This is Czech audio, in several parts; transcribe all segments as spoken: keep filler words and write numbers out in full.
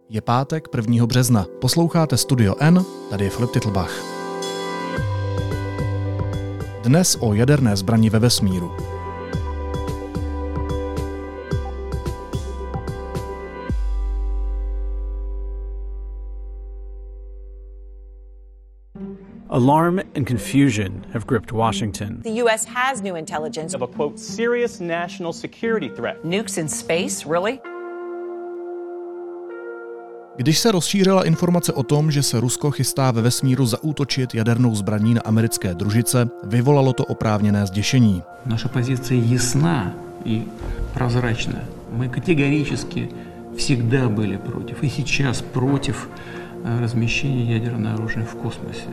Je pátek prvního března. Posloucháte Studio N, tady je Filip Titlbach. Dnes o jaderné zbrani ve vesmíru. Alarm and confusion have gripped Washington. The U S has new intelligence of a, quote, serious national security threat. Nukes in space, really? Když se rozšířila informace o tom, že se Rusko chystá ve vesmíru zaútočit jadernou zbraní na americké družice, vyvolalo to oprávněné zděšení. Naše pozice je jasná i prozračná. My kategoricky всегда byli protiv, i сейчас protiv размещения ядерного оружия в космосе.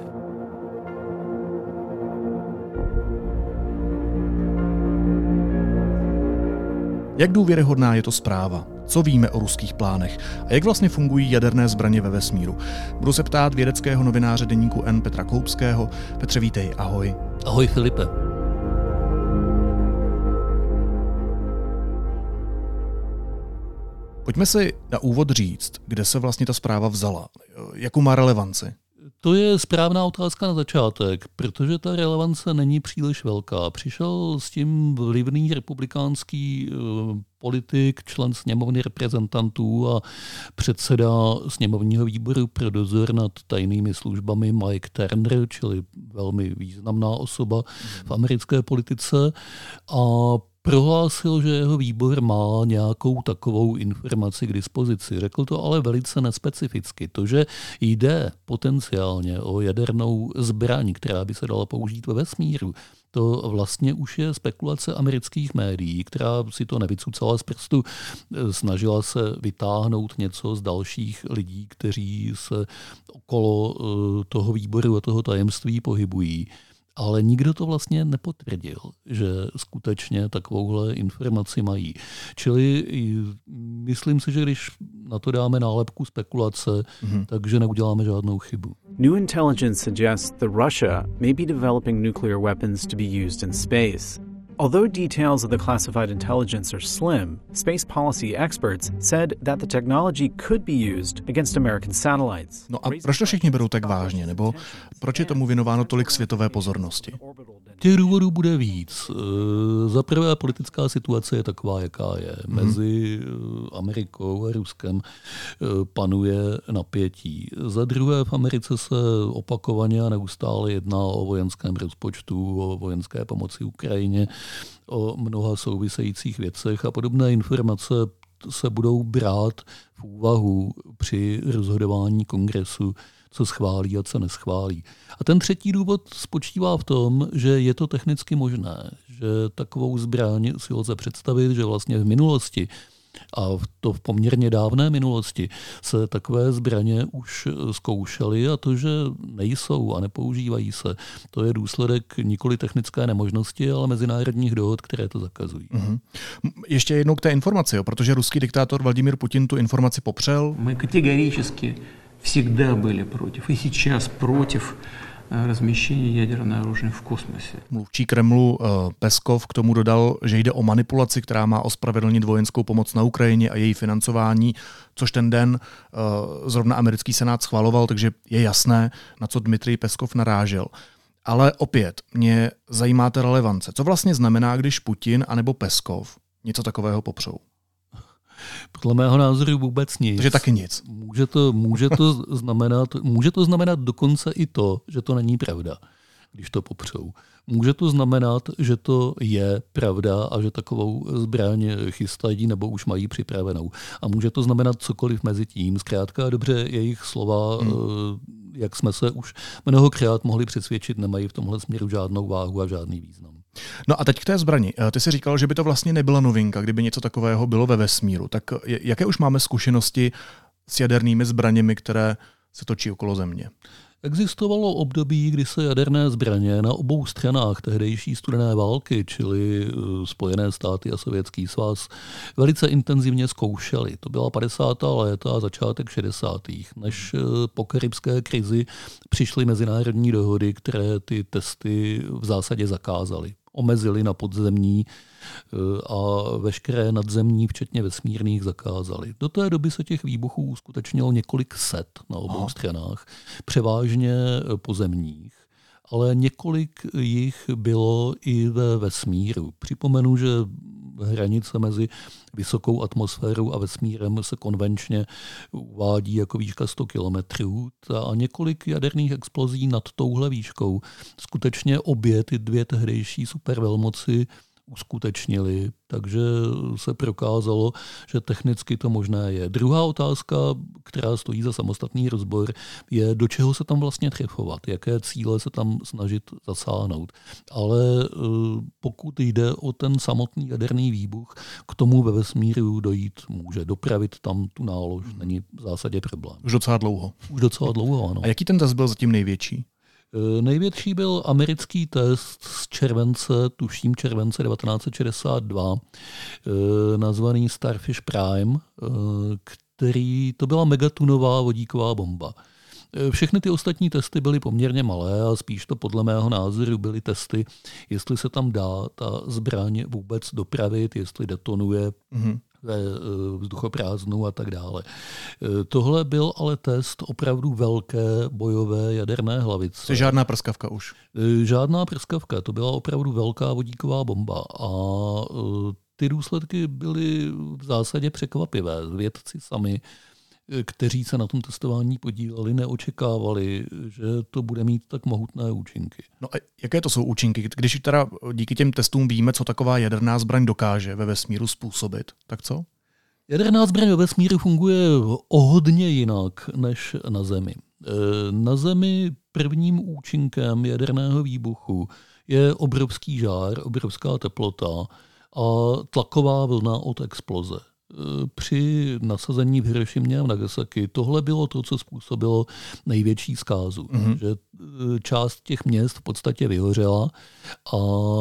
Jak důvěryhodná je to zpráva? Co víme o ruských plánech? A jak vlastně fungují jaderné zbraně ve vesmíru? Budu se ptát vědeckého novináře deníku N Petra Koupského. Petře, vítej, ahoj. Ahoj, Filipe. Pojďme si na úvod říct, kde se vlastně ta zpráva vzala. Jakou má relevanci? To je správná otázka na začátek, protože ta relevance není příliš velká. Přišel s tím vlivný republikánský politik, člen sněmovny reprezentantů a předseda sněmovního výboru pro dozor nad tajnými službami Mike Turner, čili velmi významná osoba v americké politice, a prohlásil, že jeho výbor má nějakou takovou informaci k dispozici. Řekl to ale velice nespecificky. To, že jde potenciálně o jadernou zbraň, která by se dala použít ve vesmíru, to vlastně už je spekulace amerických médií, která si to nevycucala z prstu, snažila se vytáhnout něco z dalších lidí, kteří se okolo toho výboru a toho tajemství pohybují. Ale nikdo to vlastně nepotvrdil, že skutečně takovouhle informaci mají. Čili myslím si, že když na to dáme nálepku spekulace, mm-hmm. takže neuděláme žádnou chybu. New intelligence suggests that Russia may be developing nuclear weapons to be used in space. Although details of the classified intelligence are slim, space policy experts said that the technology could be used against American satellites. No a proč to všichni berou tak vážně? Nebo proč je tomu věnováno tolik světové pozornosti? Těch důvodů bude víc. Za prvé, politická situace je taková, jaká je. Mezi Amerikou a Ruskem panuje napětí. Za druhé, v Americe se opakovaně a neustále jedná o vojenském rozpočtu, o vojenské pomoci Ukrajině, o mnoha souvisejících věcech a podobné informace se budou brát v úvahu při rozhodování kongresu, co schválí a co neschválí. A ten třetí důvod spočívá v tom, že je to technicky možné, že takovou zbraň si lze představit, že vlastně v minulosti, a to v poměrně dávné minulosti, se takové zbraně už zkoušely a to, že nejsou a nepoužívají se, to je důsledek nikoli technické nemožnosti, ale mezinárodních dohod, které to zakazují. Mm-hmm. Ještě jednou k té informaci, jo, protože ruský diktátor Vladimír Putin tu informaci popřel. My kategoricky всегда были против, и сейчас против размещения ядерного оружия в космосе. Mluvčí Kremlu Peskov k tomu dodal, že jde o manipulaci, která má ospravedlnit vojenskou pomoc na Ukrajině a její financování, což ten den zrovna americký senát schvaloval, takže je jasné, na co Dmitrij Peskov narážel. Ale opět mě zajímá ta relevance. Co vlastně znamená, když Putin anebo Peskov něco takového popřou? Podle mého názoru vůbec nic. Takže taky nic. Může to, může to znamenat, může to znamenat dokonce i to, že to není pravda, když to popřou. Může to znamenat, že to je pravda a že takovou zbraň chystají nebo už mají připravenou. A může to znamenat cokoliv mezi tím. Zkrátka dobře, jejich slova, hmm. jak jsme se už mnohokrát mohli přesvědčit, nemají v tomhle směru žádnou váhu a žádný význam. No a teď k té zbrani. Ty jsi říkal, že by to vlastně nebyla novinka, kdyby něco takového bylo ve vesmíru. Tak jaké už máme zkušenosti s jadernými zbraněmi, které se točí okolo Země? Existovalo období, kdy se jaderné zbraně na obou stranách tehdejší studené války, čili Spojené státy a Sovětský svaz, velice intenzivně zkoušely. To byla padesátá léta a začátek šedesátých než po karibské krizi přišly mezinárodní dohody, které ty testy v zásadě zakázaly. Omezily na podzemní a veškeré nadzemní, včetně vesmírných, zakázali. Do té doby se těch výbuchů uskutečnilo několik set na obou Aha. stranách, převážně pozemních, ale několik jich bylo i ve vesmíru. Připomenu, že hranice mezi vysokou atmosférou a vesmírem se konvenčně uvádí jako výška sto kilometrů a několik jaderných explozí nad touhle výškou skutečně obě ty dvě tehdejší supervelmoci uskutečnili, takže se prokázalo, že technicky to možné je. Druhá otázka, která stojí za samostatný rozbor, je, do čeho se tam vlastně trefovat, jaké cíle se tam snažit zasáhnout. Ale pokud jde o ten samotný jaderný výbuch, k tomu ve vesmíru dojít může. Dopravit tam tu nálož není v zásadě problém. Už docela dlouho. Už docela dlouho, ano. A jaký ten test byl zatím největší? Největší byl americký test z července, tuším července devatenáct set šedesát dva, nazvaný Starfish Prime, který, to byla megatunová vodíková bomba. Všechny ty ostatní testy byly poměrně malé a spíš to podle mého názoru byly testy, jestli se tam dá ta zbraň vůbec dopravit, jestli detonuje mm-hmm. ve vzduchoprázdnu a tak dále. Tohle byl ale test opravdu velké bojové jaderné hlavice. To je žádná prskavka už. Žádná prskavka, to byla opravdu velká vodíková bomba a ty důsledky byly v zásadě překvapivé. Vědci sami, kteří se na tom testování podíleli, neočekávali, že to bude mít tak mohutné účinky. No a jaké to jsou účinky? Když teda díky těm testům víme, co taková jaderná zbraň dokáže ve vesmíru způsobit, tak co? Jaderná zbraň ve vesmíru funguje o hodně jinak než na Zemi. Na Zemi prvním účinkem jaderného výbuchu je obrovský žár, obrovská teplota a tlaková vlna od exploze. Při nasazení v Hirošimě a v Nagasaki tohle bylo to, co způsobilo největší zkázu. Mm-hmm. Že část těch měst v podstatě vyhořela a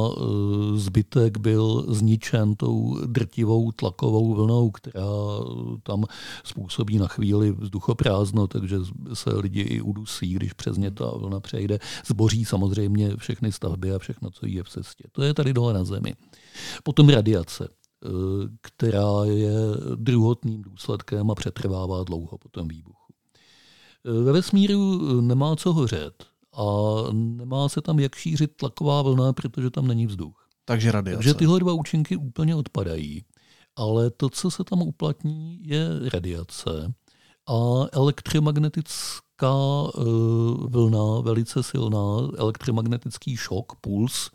zbytek byl zničen tou drtivou tlakovou vlnou, která tam způsobí na chvíli vzduchoprázdno, takže se lidi i udusí, když přes ně ta vlna přejde. Zboří samozřejmě všechny stavby a všechno, co je v cestě. To je tady dole na Zemi. Potom radiace, která je druhotným důsledkem a přetrvává dlouho po tom výbuchu. Ve vesmíru nemá co hořet a nemá se tam jak šířit tlaková vlna, protože tam není vzduch. Takže radiace. Takže tyhle dva účinky úplně odpadají. Ale to, co se tam uplatní, je radiace a elektromagnetická vlna, velice silná, elektromagnetický šok, puls,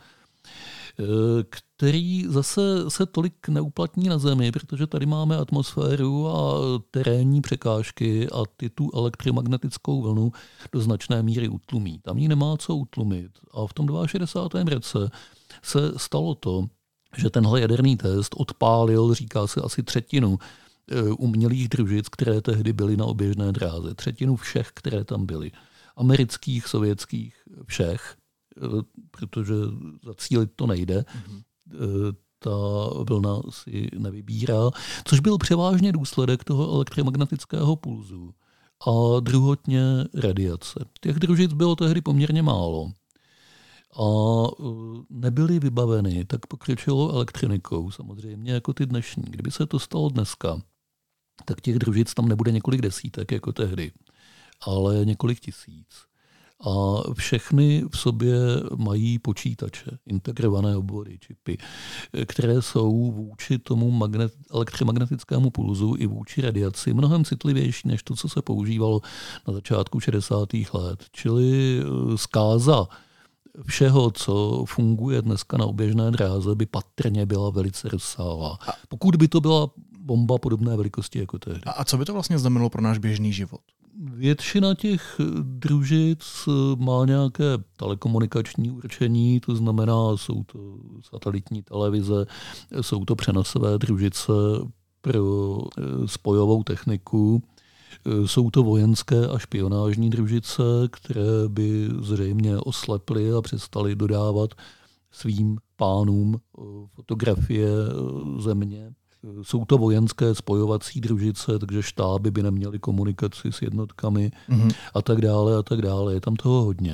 který zase se tolik neuplatní na Zemi, protože tady máme atmosféru a terénní překážky a ty tu elektromagnetickou vlnu do značné míry utlumí. Tam ji nemá co utlumit. A v tom šedesátém druhém roce se stalo to, že tenhle jaderný test odpálil, říká se, asi třetinu umělých družic, které tehdy byly na oběžné dráze. Třetinu všech, které tam byly. Amerických, sovětských, všech, protože zacílit to nejde. Mm-hmm. Ta vlna si nevybírá, což byl převážně důsledek toho elektromagnetického pulzu a druhotně radiace. Těch družic bylo tehdy poměrně málo a nebyly vybaveny tak pokročilou elektronikou, samozřejmě jako ty dnešní. Kdyby se to stalo dneska, tak těch družic tam nebude několik desítek jako tehdy, ale několik tisíc. A všechny v sobě mají počítače, integrované obvody, čipy, které jsou vůči tomu magnet, elektromagnetickému pulzu i vůči radiaci mnohem citlivější než to, co se používalo na začátku šedesátých let. Čili zkáza všeho, co funguje dneska na oběžné dráze, by patrně byla velice rozsáhlá. Pokud by to byla bomba podobné velikosti jako tehdy. A co by to vlastně znamenalo pro náš běžný život? Většina těch družic má nějaké telekomunikační určení, to znamená, jsou to satelitní televize, jsou to přenosové družice pro spojovou techniku, jsou to vojenské a špionážní družice, které by zřejmě osleply a přestaly dodávat svým pánům fotografie země. Jsou to vojenské spojovací družice, takže štáby by neměly komunikaci s jednotkami mm-hmm. a tak dále a tak dále. Je tam toho hodně.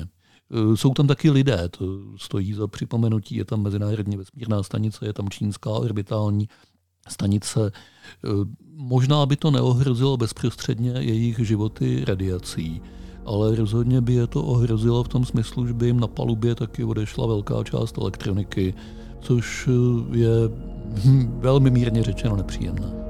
Jsou tam taky lidé, to stojí za připomenutí, je tam Mezinárodní vesmírná stanice, je tam čínská orbitální stanice. Možná by to neohrozilo bezprostředně jejich životy radiací, ale rozhodně by je to ohrozilo v tom smyslu, že by jim na palubě taky odešla velká část elektroniky, což je velmi mírně řečeno nepříjemné.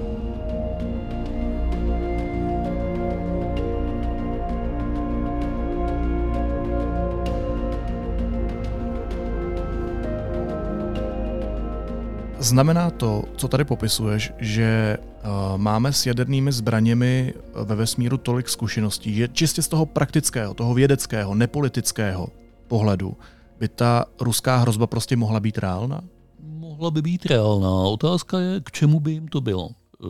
Znamená to, co tady popisuješ, že uh, máme s jadernými zbraněmi ve vesmíru tolik zkušeností, že čistě z toho praktického, toho vědeckého, nepolitického pohledu by ta ruská hrozba prostě mohla být reálná? Mohla by být reálná. Otázka je, k čemu by jim to bylo.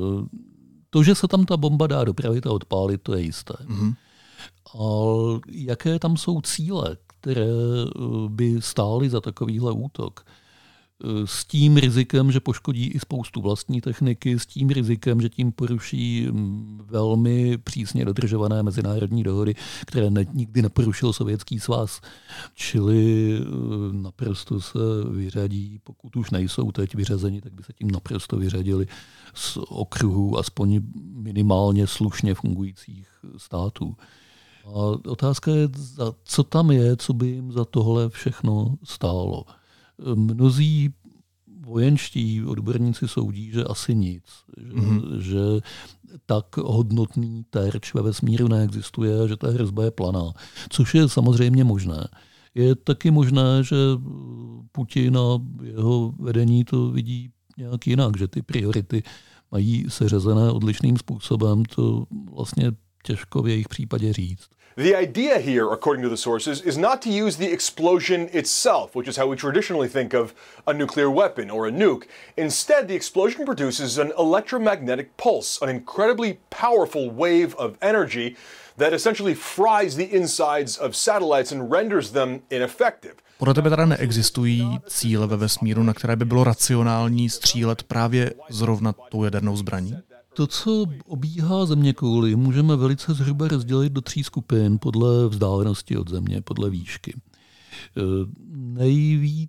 To, že se tam ta bomba dá dopravit a odpálit, to je jisté. Mm-hmm. Ale jaké tam jsou cíle, které by stály za takovýhle útok? S tím rizikem, že poškodí i spoustu vlastní techniky, s tím rizikem, že tím poruší velmi přísně dodržované mezinárodní dohody, které ne, nikdy neporušil Sovětský svaz. Čili naprosto se vyřadí, pokud už nejsou teď vyřazeni, tak by se tím naprosto vyřadili z okruhu aspoň minimálně slušně fungujících států. A otázka je, co tam je, co by jim za tohle všechno stálo. Mnozí vojenští odborníci soudí, že asi nic, že, mm-hmm. že tak hodnotný terč ve vesmíru neexistuje, že ta hrozba je planá, což je samozřejmě možné. Je taky možné, že Putin a jeho vedení to vidí nějak jinak, že ty priority mají seřazené odlišným způsobem, to vlastně těžko v jejich případě říct. The idea here, according to the sources, is not to use the explosion itself, which is how we traditionally think of a nuclear weapon or a nuke. Instead, the explosion produces an electromagnetic pulse, an incredibly powerful wave of energy that essentially fries the insides of satellites and renders them ineffective. Podle tebe teda neexistují cíle ve vesmíru, na které by bylo racionální střílet právě zrovna tou jadernou zbraní? To, co obíhá zeměkouli, můžeme velice zhruba rozdělit do tří skupin podle vzdálenosti od země, podle výšky. Nejvíc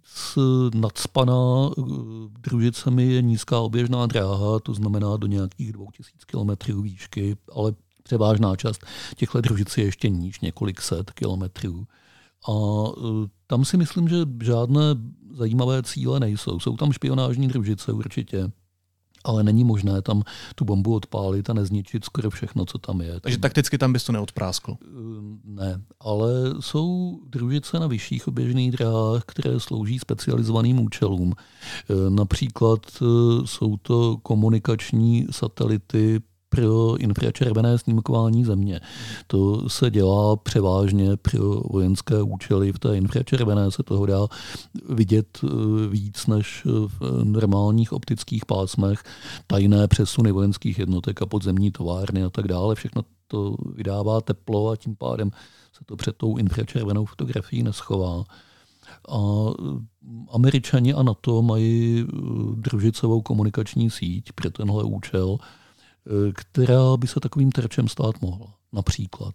nacpaná družicemi je nízká oběžná dráha, to znamená do nějakých dvou tisíc kilometrů výšky, ale převážná část těchto družic je ještě níž, několik set kilometrů. A tam si myslím, že žádné zajímavé cíle nejsou. Jsou tam špionážní družice určitě, ale není možné tam tu bombu odpálit a nezničit skoro všechno, co tam je. Takže takticky tam bys to neodpráskl? Ne, ale jsou družice na vyšších oběžných dráhách, které slouží specializovaným účelům. Například jsou to komunikační satelity pro infračervené snímkování země. To se dělá převážně pro vojenské účely. V té infračervené se toho dá vidět víc než v normálních optických pásmech. Tajné přesuny vojenských jednotek a podzemní továrny a tak dále. Všechno to vydává teplo a tím pádem se to před tou infračervenou fotografií neschová. A Američani a NATO mají družicovou komunikační síť pro tenhle účel, která by se takovým terčem stát mohla. Například.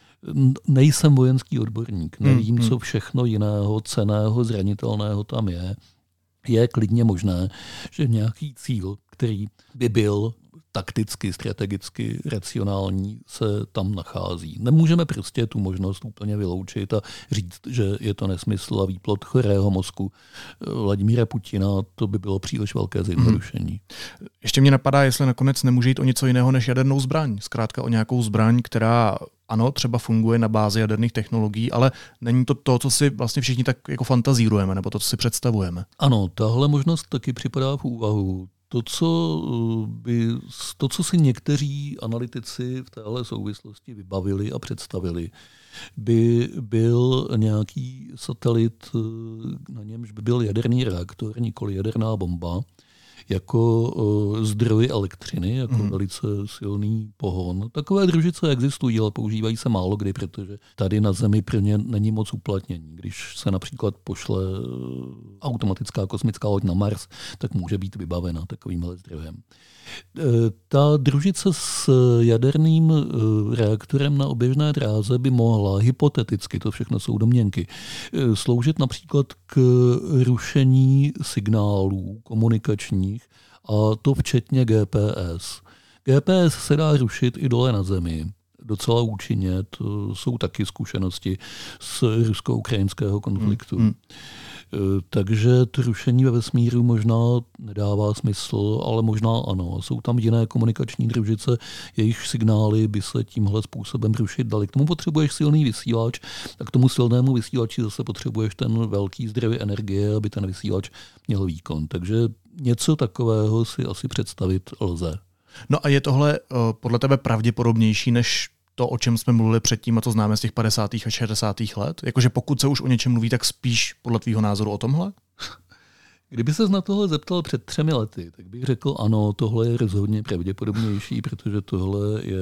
Nejsem vojenský odborník, nevím, co všechno jiného, cenného, zranitelného tam je. Je klidně možné, že nějaký cíl, který by byl takticky, strategicky racionální, se tam nachází. Nemůžeme prostě tu možnost úplně vyloučit a říct, že je to nesmysl a výplod chorého mozku Vladimíra Putina, to by bylo příliš velké zjednodušení. Hmm. Ještě mě napadá, jestli nakonec nemůže jít o něco jiného než jadernou zbraň. Zkrátka o nějakou zbraň, která ano, třeba funguje na bázi jaderných technologií, ale není to to, co si vlastně všichni tak jako fantazírujeme, nebo to, co si představujeme. Ano, tahle možnost taky připadá v úvahu. To, co by, to, co si někteří analytici v téhle souvislosti vybavili a představili, by byl nějaký satelit, na němž by byl jaderný reaktor, nikoli jaderná bomba. jako zdroj elektřiny, jako mm. velice silný pohon. Takové družice existují, ale používají se málo kdy, protože tady na Zemi pro ně není moc uplatnění. Když se například pošle automatická kosmická loď na Mars, tak může být vybavena takovýmhle zdrojem. Ta družice s jaderným reaktorem na oběžné dráze by mohla hypoteticky, to všechno jsou domněnky, sloužit například k rušení signálů komunikačních, a to včetně G P S. G P S se dá rušit i dole na Zemi. Docela účinně, to jsou taky zkušenosti z rusko-ukrajinského konfliktu. Mm, mm. Takže to rušení ve vesmíru možná nedává smysl, ale možná ano. Jsou tam jiné komunikační družice, jejich signály by se tímhle způsobem rušit daly. K tomu potřebuješ silný vysílač a k tomu silnému vysílači zase potřebuješ ten velký zdroj energie, aby ten vysílač měl výkon. Takže něco takového si asi představit lze. No a je tohle podle tebe pravděpodobnější než to, o čem jsme mluvili předtím, a to známe z těch padesátých a šedesátých let? Jakože pokud se už o něčem mluví, tak spíš podle tvýho názoru o tomhle? Kdyby ses na tohle zeptal před třemi lety, tak bych řekl ano, tohle je rozhodně pravděpodobnější, protože tohle je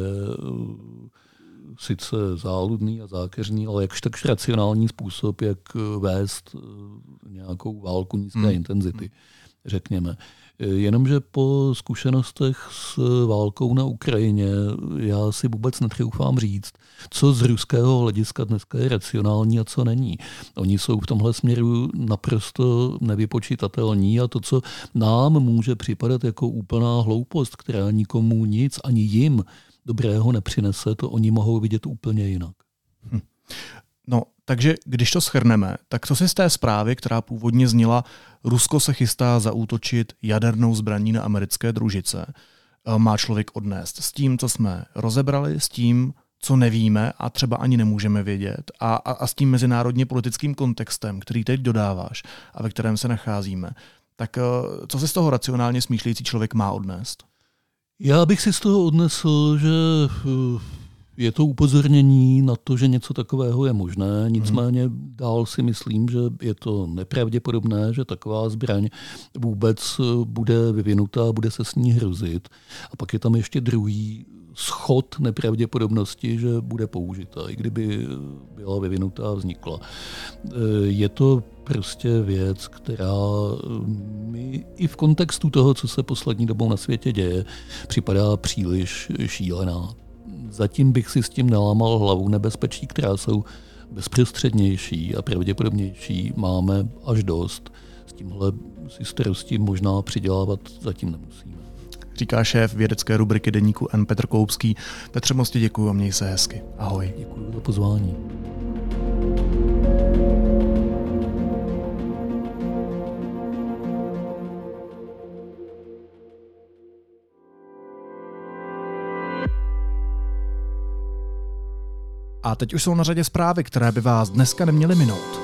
sice záludný a zákeřný, ale jakž takž racionální způsob, jak vést nějakou válku nízké hmm. intenzity, řekněme. Jenomže po zkušenostech s válkou na Ukrajině já si vůbec netroufám říct, co z ruského hlediska dneska je racionální a co není. Oni jsou v tomhle směru naprosto nevypočitatelní a to, co nám může připadat jako úplná hloupost, která nikomu nic, ani jim dobrého nepřinese, to oni mohou vidět úplně jinak. Hm. No, takže když to shrneme, tak co si z té zprávy, která původně zněla Rusko se chystá zaútočit jadernou zbraní na americké družice, má člověk odnést s tím, co jsme rozebrali, s tím, co nevíme a třeba ani nemůžeme vědět a, a, a s tím mezinárodně politickým kontextem, který teď dodáváš a ve kterém se nacházíme. Tak co si z toho racionálně smýšlející člověk má odnést? Já bych si z toho odnesl, že je to upozornění na to, že něco takového je možné, nicméně dál si myslím, že je to nepravděpodobné, že taková zbraň vůbec bude vyvinutá, bude se s ní hrozit. A pak je tam ještě druhý schod nepravděpodobnosti, že bude použita, i kdyby byla vyvinutá a vznikla. Je to prostě věc, která mi i v kontextu toho, co se poslední dobou na světě děje, připadá příliš šílená. Zatím bych si s tím nelámal hlavu. Nebezpečí, která jsou bezprostřednější a pravděpodobnější, máme až dost. S tímhle si starosti možná přidělávat zatím nemusíme. Říká šéf vědecké rubriky deníku N Petr Koupský. Petře, moc ti děkuju a měj se hezky. Ahoj. Děkuju za pozvání. A teď už jsou na řadě zprávy, které by vás dneska neměly minout.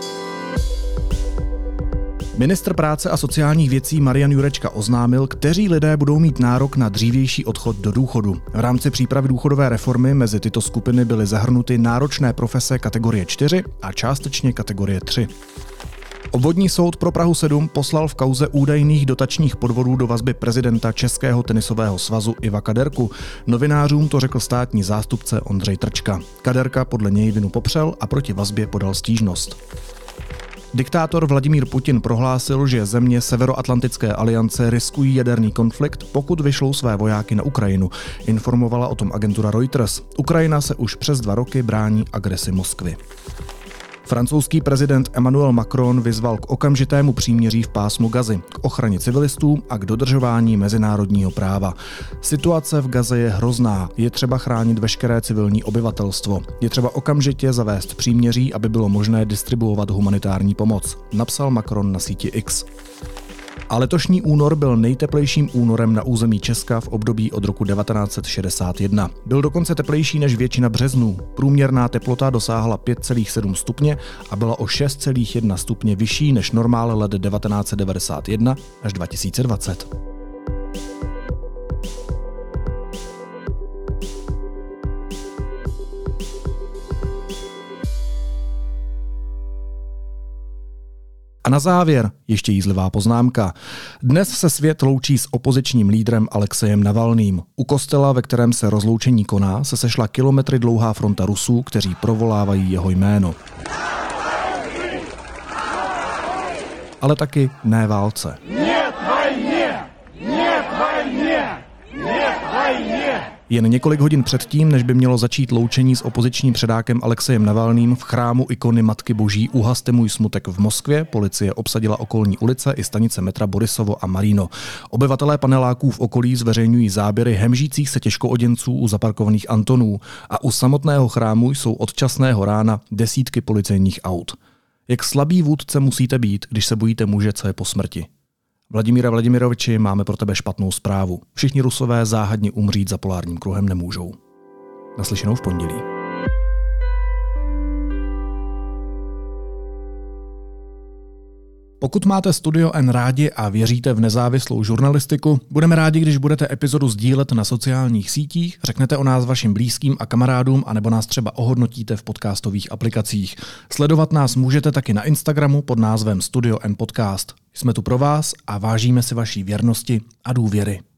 Ministr práce a sociálních věcí Marian Jurečka oznámil, kteří lidé budou mít nárok na dřívější odchod do důchodu. V rámci přípravy důchodové reformy mezi tyto skupiny byly zahrnuty náročné profese kategorie čtyři a částečně kategorie tři. Obvodní soud pro Prahu sedm poslal v kauze údajných dotačních podvodů do vazby prezidenta Českého tenisového svazu Iva Kaderku. Novinářům to řekl státní zástupce Ondřej Trčka. Kaderka podle něj vinu popřel a proti vazbě podal stížnost. Diktátor Vladimír Putin prohlásil, že země Severoatlantické aliance riskují jaderný konflikt, pokud vyšlou své vojáky na Ukrajinu. Informovala o tom agentura Reuters. Ukrajina se už přes dva roky brání agresi Moskvy. Francouzský prezident Emmanuel Macron vyzval k okamžitému příměří v pásmu Gazy, k ochraně civilistů a k dodržování mezinárodního práva. Situace v Gaze je hrozná, je třeba chránit veškeré civilní obyvatelstvo. Je třeba okamžitě zavést příměří, aby bylo možné distribuovat humanitární pomoc, napsal Macron na síti X. A letošní únor byl nejteplejším únorem na území Česka v období od roku devatenáct set šedesát jedna. Byl dokonce teplejší než většina březnů. Průměrná teplota dosáhla pět celá sedm stupně a byla o šest celá jedna stupně vyšší než normál let devatenáct set devadesát jedna až dva tisíce dvacet. A A na závěr ještě jízlivá poznámka. Dnes se svět loučí s opozičním lídrem Alexejem Navalným. U kostela, ve kterém se rozloučení koná, se sešla kilometry dlouhá fronta Rusů, kteří provolávají jeho jméno. Ale taky ne válce. Jen několik hodin předtím, než by mělo začít loučení s opozičním předákem Alexejem Navalným v chrámu ikony Matky Boží Uhaste můj smutek v Moskvě, policie obsadila okolní ulice i stanice metra Borisovo a Marino. Obyvatelé paneláků v okolí zveřejňují záběry hemžících se těžkooděnců u zaparkovaných Antonů a u samotného chrámu jsou od časného rána desítky policejních aut. Jak slabý vůdce musíte být, když se bojíte muže, co je po smrti? Vladimíra Vladimiroviči, máme pro tebe špatnou zprávu. Všichni Rusové záhadně umřít za polárním kruhem nemůžou. Naslyšenou v pondělí. Pokud máte Studio N rádi a věříte v nezávislou žurnalistiku, budeme rádi, když budete epizodu sdílet na sociálních sítích, řeknete o nás vašim blízkým a kamarádům, anebo nás třeba ohodnotíte v podcastových aplikacích. Sledovat nás můžete taky na Instagramu pod názvem Studio N Podcast. Jsme tu pro vás a vážíme si vaší věrnosti a důvěry.